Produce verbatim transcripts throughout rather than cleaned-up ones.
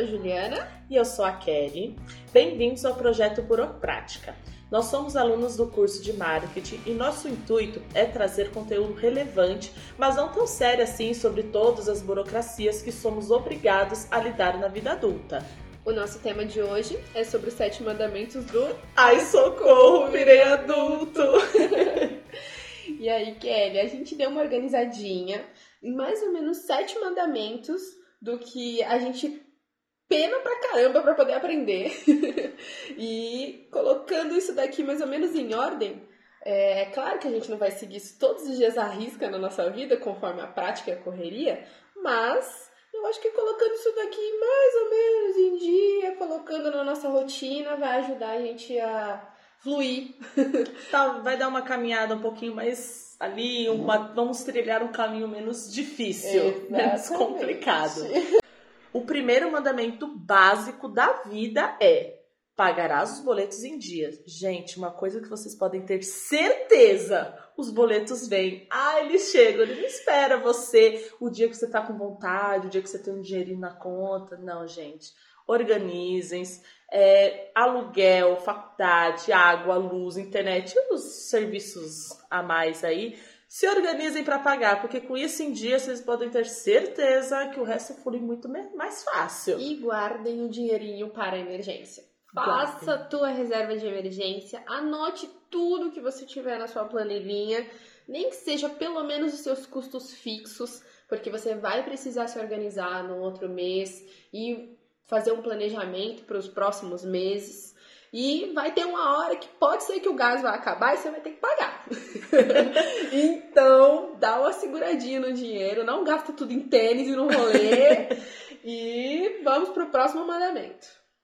Juliana. E eu sou a Kelly. Bem-vindos ao Projeto Burocrática. Nós somos alunos do curso de Marketing e nosso intuito é trazer conteúdo relevante, mas não tão sério assim, sobre todas as burocracias que somos obrigados a lidar na vida adulta. O nosso tema de hoje é sobre os sete mandamentos do... Ai, socorro, virei adulto! E aí, Kelly, a gente deu uma organizadinha em mais ou menos sete mandamentos do que a gente pena pra caramba pra poder aprender. E colocando isso daqui mais ou menos em ordem, é claro que a gente não vai seguir isso todos os dias à risca na nossa vida, conforme a prática e a correria, mas eu acho que colocando isso daqui mais ou menos em dia, colocando na nossa rotina, vai ajudar a gente a fluir. Tá, vai dar uma caminhada um pouquinho mais ali, uma, vamos trilhar um caminho menos difícil, Exatamente. menos complicado. O primeiro mandamento básico da vida é: pagarás os boletos em dia. Gente, uma coisa que vocês podem ter certeza, os boletos vêm. Ah, eles chegam, ele não espera você o dia que você tá com vontade, o dia que você tem um dinheirinho na conta. Não, gente. Organizem-se. É, aluguel, faculdade, água, luz, internet e os serviços a mais aí. Se organizem para pagar, porque com isso em dia vocês podem ter certeza que o resto flui muito mais fácil. E guardem o dinheirinho para a emergência. Faça a tua reserva de emergência, anote tudo que você tiver na sua planilhinha, nem que seja pelo menos os seus custos fixos, porque você vai precisar se organizar no outro mês e fazer um planejamento para os próximos meses. E vai ter uma hora que pode ser que o gás vai acabar e você vai ter que pagar. Então, dá uma seguradinha no dinheiro, não gasta tudo em tênis e no rolê. E vamos pro próximo mandamento.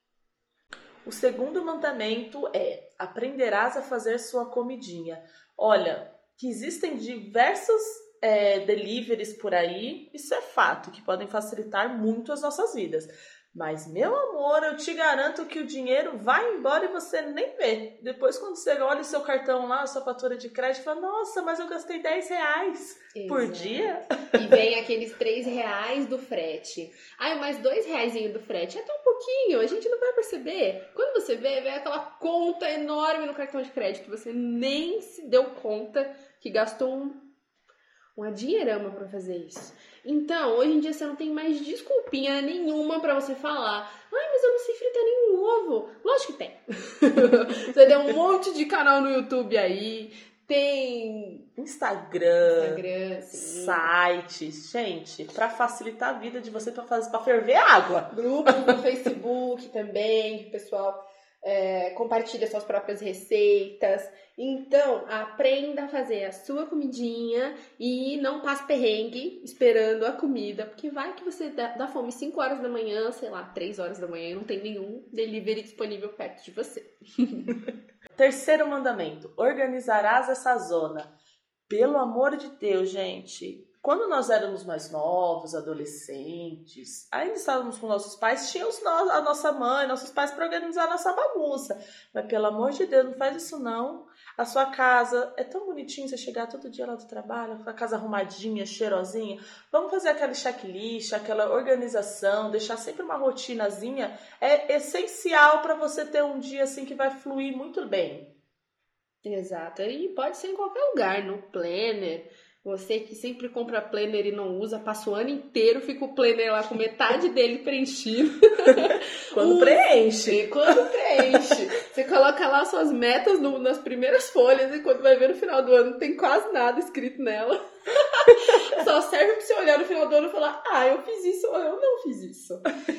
O segundo mandamento é: aprenderás a fazer sua comidinha. Olha, que existem diversos é, deliveries por aí, isso é fato, que podem facilitar muito as nossas vidas. Mas, meu amor, eu te garanto que o dinheiro vai embora e você nem vê. Depois, quando você olha o seu cartão lá, a sua fatura de crédito, fala: nossa, mas eu gastei dez reais Exato. Por dia. E vem aqueles três reais do frete. Ai, mas dois reaisinho do frete é tão pouquinho, a gente não vai perceber. Quando você vê, vem aquela conta enorme no cartão de crédito, você nem se deu conta que gastou um, uma dinheirama pra fazer isso. Então, hoje em dia você não tem mais desculpinha nenhuma pra você falar: ai, mas eu não sei fritar nenhum ovo. Lógico que tem. Você tem um monte de canal no YouTube aí, tem Instagram, Instagram sim. sites, gente, pra facilitar a vida de você, pra fazer, para ferver água. Grupos no Facebook também, que o pessoal é, compartilha suas próprias receitas. Então, aprenda a fazer a sua comidinha e não passe perrengue esperando a comida, porque vai que você dá, dá fome cinco horas da manhã, sei lá, três horas da manhã e não tem nenhum delivery disponível perto de você. Terceiro mandamento: organizarás essa zona. Pelo amor de Deus, gente, quando nós éramos mais novos, adolescentes, ainda estávamos com nossos pais, tínhamos a nossa mãe, nossos pais para organizar a nossa bagunça. Mas pelo amor de Deus, não faz isso não. A sua casa é tão bonitinho, você chegar todo dia lá do trabalho, com a casa arrumadinha, cheirosinha. Vamos fazer aquela checklist, aquela organização, deixar sempre uma rotinazinha. É essencial para você ter um dia assim que vai fluir muito bem. Exato, e pode ser em qualquer lugar, no planner. Você que sempre compra planner e não usa, passa o ano inteiro, fica o planner lá com metade dele preenchido. Quando preenche. E quando preenche. Você coloca lá suas metas no, nas primeiras folhas e quando vai ver no final do ano não tem quase nada escrito nela. Só serve pra você olhar no final do ano e falar: ah, eu fiz isso ou eu não fiz isso.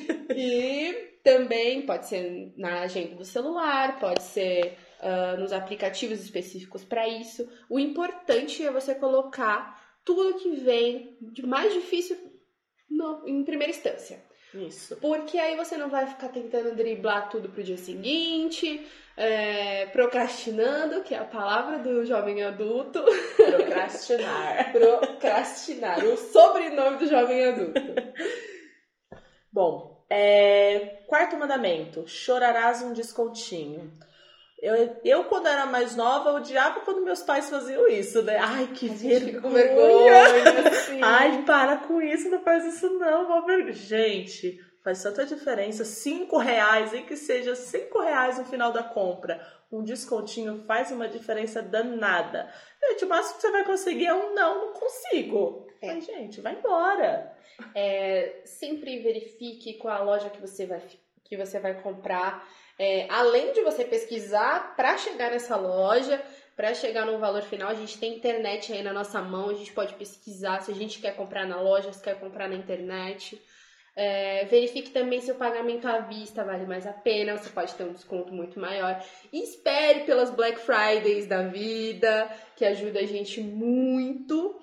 E também pode ser na agenda do celular, pode ser Uh, nos aplicativos específicos para isso. O importante é você colocar tudo que vem de mais difícil no, em primeira instância. Isso. Porque aí você não vai ficar tentando driblar tudo pro dia seguinte, é, procrastinando, que é a palavra do jovem adulto. Procrastinar. Procrastinar, o sobrenome do jovem adulto. Bom, é, quarto mandamento: chorarás um descontinho. Eu, eu, quando era mais nova, eu odiava quando meus pais faziam isso, né? Ai, que vergonha! Com vergonha assim. Ai, para com isso, não faz isso não, uma vergonha. Gente, Faz tanta diferença. Cinco reais, nem que seja cinco reais no final da compra. Um descontinho faz uma diferença danada. Gente, o máximo que você vai conseguir é um não, não consigo. É. Mas, gente, vai embora. É, sempre verifique qual a loja que você vai, que você vai comprar. É, além de você pesquisar para chegar nessa loja, para chegar no valor final, a gente tem internet aí na nossa mão, a gente pode pesquisar se a gente quer comprar na loja, se quer comprar na internet. É, verifique também se o pagamento à vista vale mais a pena, você pode ter um desconto muito maior. E espere pelas Black Fridays da vida, que ajuda a gente muito.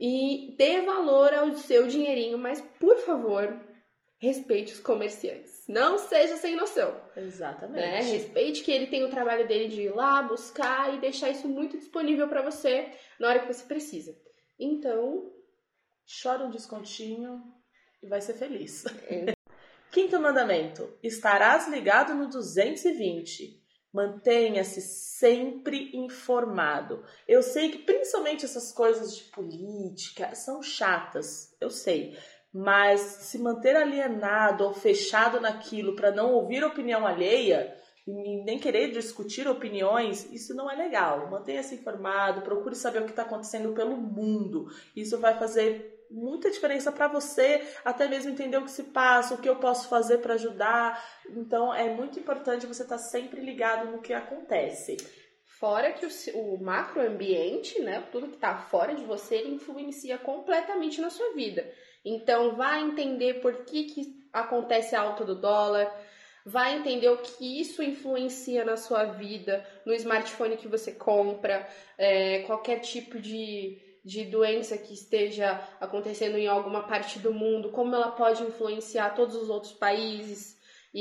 E dê valor ao seu dinheirinho, mas por favor, respeite os comerciantes. Não seja sem noção. Exatamente. Né? Respeite que ele tem o trabalho dele de ir lá, buscar e deixar isso muito disponível para você na hora que você precisa. Então, chora um descontinho e vai ser feliz. É. Quinto mandamento. Estarás ligado no duzentos e vinte. Mantenha-se sempre informado. Eu sei que principalmente essas coisas de política são chatas, eu sei. Mas se manter alienado ou fechado naquilo para não ouvir opinião alheia e nem querer discutir opiniões, isso não é legal. Mantenha-se informado, procure saber o que está acontecendo pelo mundo. Isso vai fazer muita diferença para você, até mesmo entender o que se passa, o que eu posso fazer para ajudar. Então é muito importante você estar sempre ligado no que acontece. Fora que o, o macroambiente, né, tudo que está fora de você, ele influencia completamente na sua vida. Então vai entender por que, que acontece a alta do dólar, vai entender o que isso influencia na sua vida, no smartphone que você compra, é, qualquer tipo de... de doença que esteja acontecendo em alguma parte do mundo, como ela pode influenciar todos os outros países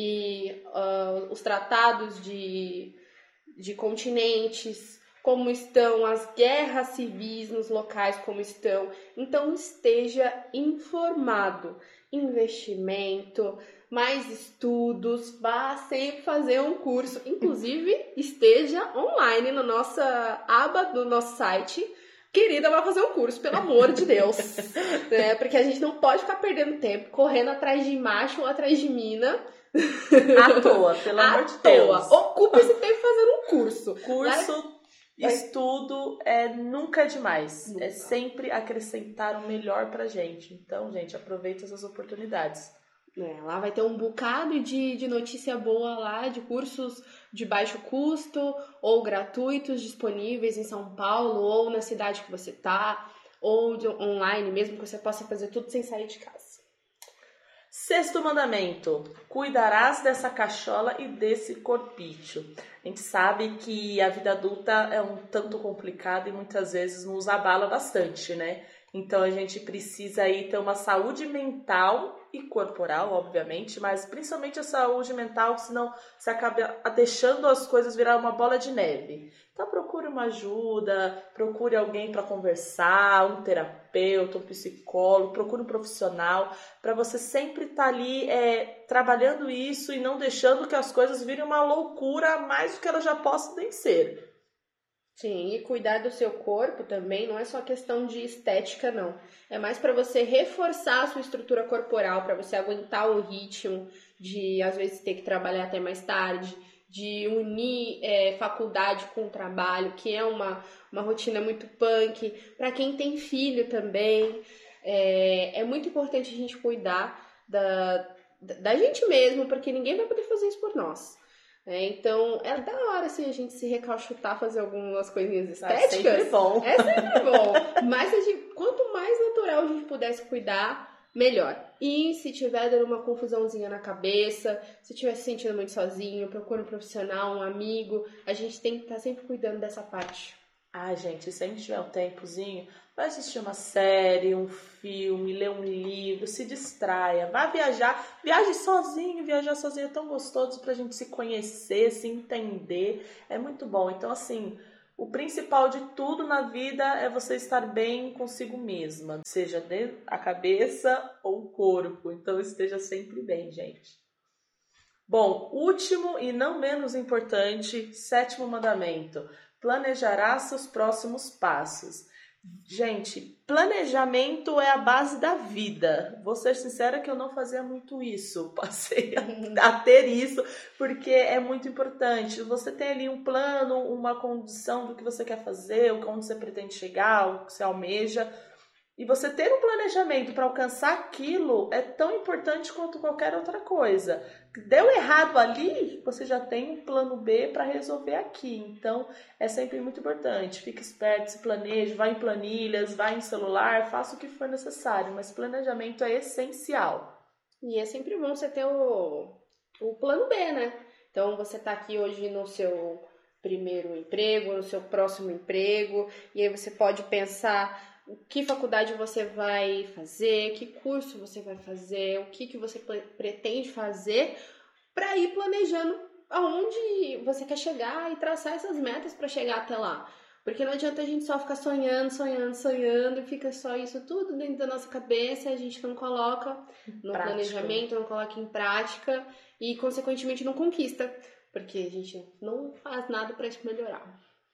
e uh, os tratados de, de continentes, como estão as guerras civis nos locais, como estão. Então, esteja informado. Investimento, mais estudos, vá sempre fazer um curso. Inclusive, esteja online na nossa aba do nosso site. Querida, vai fazer um curso, pelo amor de Deus. Né? Porque a gente não pode ficar perdendo tempo, correndo atrás de macho ou atrás de mina. À toa, pelo amor de Deus. Ocupe esse tempo fazendo um curso. Curso, Lá... estudo, é nunca é demais. Nunca. É sempre acrescentar o melhor pra gente. Então, gente, aproveita essas oportunidades. É, lá vai ter um bocado de, de notícia boa lá, de cursos de baixo custo ou gratuitos disponíveis em São Paulo ou na cidade que você tá, ou de, online mesmo, que você possa fazer tudo sem sair de casa. Sexto mandamento, cuidarás dessa cachola e desse corpício. A gente sabe que a vida adulta é um tanto complicada e muitas vezes nos abala bastante, né? Então a gente precisa aí ter uma saúde mental e corporal, obviamente, mas principalmente a saúde mental, senão você acaba deixando as coisas virar uma bola de neve. Então procure uma ajuda, procure alguém para conversar, um terapeuta, um psicólogo, procure um profissional, para você sempre estar ali é, trabalhando isso e não deixando que as coisas virem uma loucura mais do que elas já possam ser. Sim, e cuidar do seu corpo também não é só questão de estética, não. É mais para você reforçar a sua estrutura corporal, para você aguentar o ritmo de, às vezes, ter que trabalhar até mais tarde, de unir é, faculdade com trabalho, que é uma, uma rotina muito punk. Para quem tem filho também, é, é muito importante a gente cuidar da, da gente mesmo, porque ninguém vai poder fazer isso por nós. É, então, é da hora se a gente se recalchutar, fazer algumas coisinhas estéticas. É sempre bom. É sempre bom. Mas a gente, quanto mais natural a gente pudesse cuidar, melhor. E se tiver dando uma confusãozinha na cabeça, se estiver se sentindo muito sozinho, procura um profissional, um amigo. A gente tem que estar sempre cuidando dessa parte. Ah, gente, se a gente tiver um tempozinho, vai assistir uma série, um filme, ler um livro, se distraia, vá viajar, viaje sozinho, viajar sozinho é tão gostoso pra gente se conhecer, se entender, é muito bom. Então, assim, o principal de tudo na vida é você estar bem consigo mesma, seja a cabeça ou o corpo, então esteja sempre bem, gente. Bom, último e não menos importante, sétimo mandamento. Planejará seus próximos passos. Gente, planejamento é a base da vida. Vou ser sincera que eu não fazia muito isso. Passei a, a ter isso, porque é muito importante. Você tem ali um plano, uma condição do que você quer fazer, onde você pretende chegar, o que você almeja. E você ter um planejamento para alcançar aquilo é tão importante quanto qualquer outra coisa. Deu errado ali, você já tem um plano B para resolver aqui. Então, é sempre muito importante. Fique esperto, se planeje, vá em planilhas, vá em celular, faça o que for necessário. Mas planejamento é essencial. E é sempre bom você ter o, o plano B, né? Então, você está aqui hoje no seu primeiro emprego, no seu próximo emprego, e aí você pode pensar que faculdade você vai fazer, que curso você vai fazer, o que, que você pretende fazer, para ir planejando aonde você quer chegar e traçar essas metas para chegar até lá. Porque não adianta a gente só ficar sonhando, sonhando, sonhando, e fica só isso tudo dentro da nossa cabeça, a gente não coloca no prática. Planejamento, não coloca em prática e, consequentemente, não conquista, porque a gente não faz nada para isso melhorar.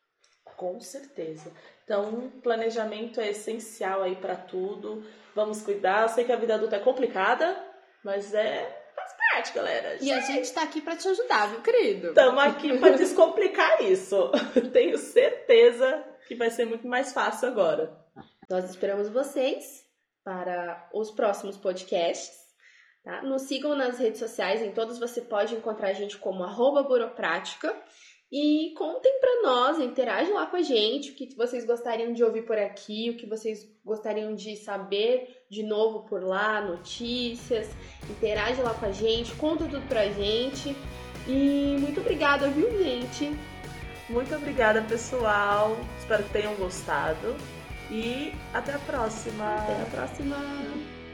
Com certeza. Então, planejamento é essencial aí para tudo. Vamos cuidar. Eu sei que a vida adulta é complicada, mas é faz parte, galera. E a gente tá aqui para te ajudar, viu, querido? Estamos aqui para descomplicar isso. Tenho certeza que vai ser muito mais fácil agora. Nós esperamos vocês para os próximos podcasts. Tá? Nos sigam nas redes sociais, em todos você pode encontrar a gente como arroba Buroprática. E contem pra nós, interajam lá com a gente, o que vocês gostariam de ouvir por aqui, o que vocês gostariam de saber de novo por lá, notícias. Interajam lá com a gente, conta tudo pra gente. E muito obrigada, viu, gente? Muito obrigada, pessoal. Espero que tenham gostado. E até a próxima. Até a próxima.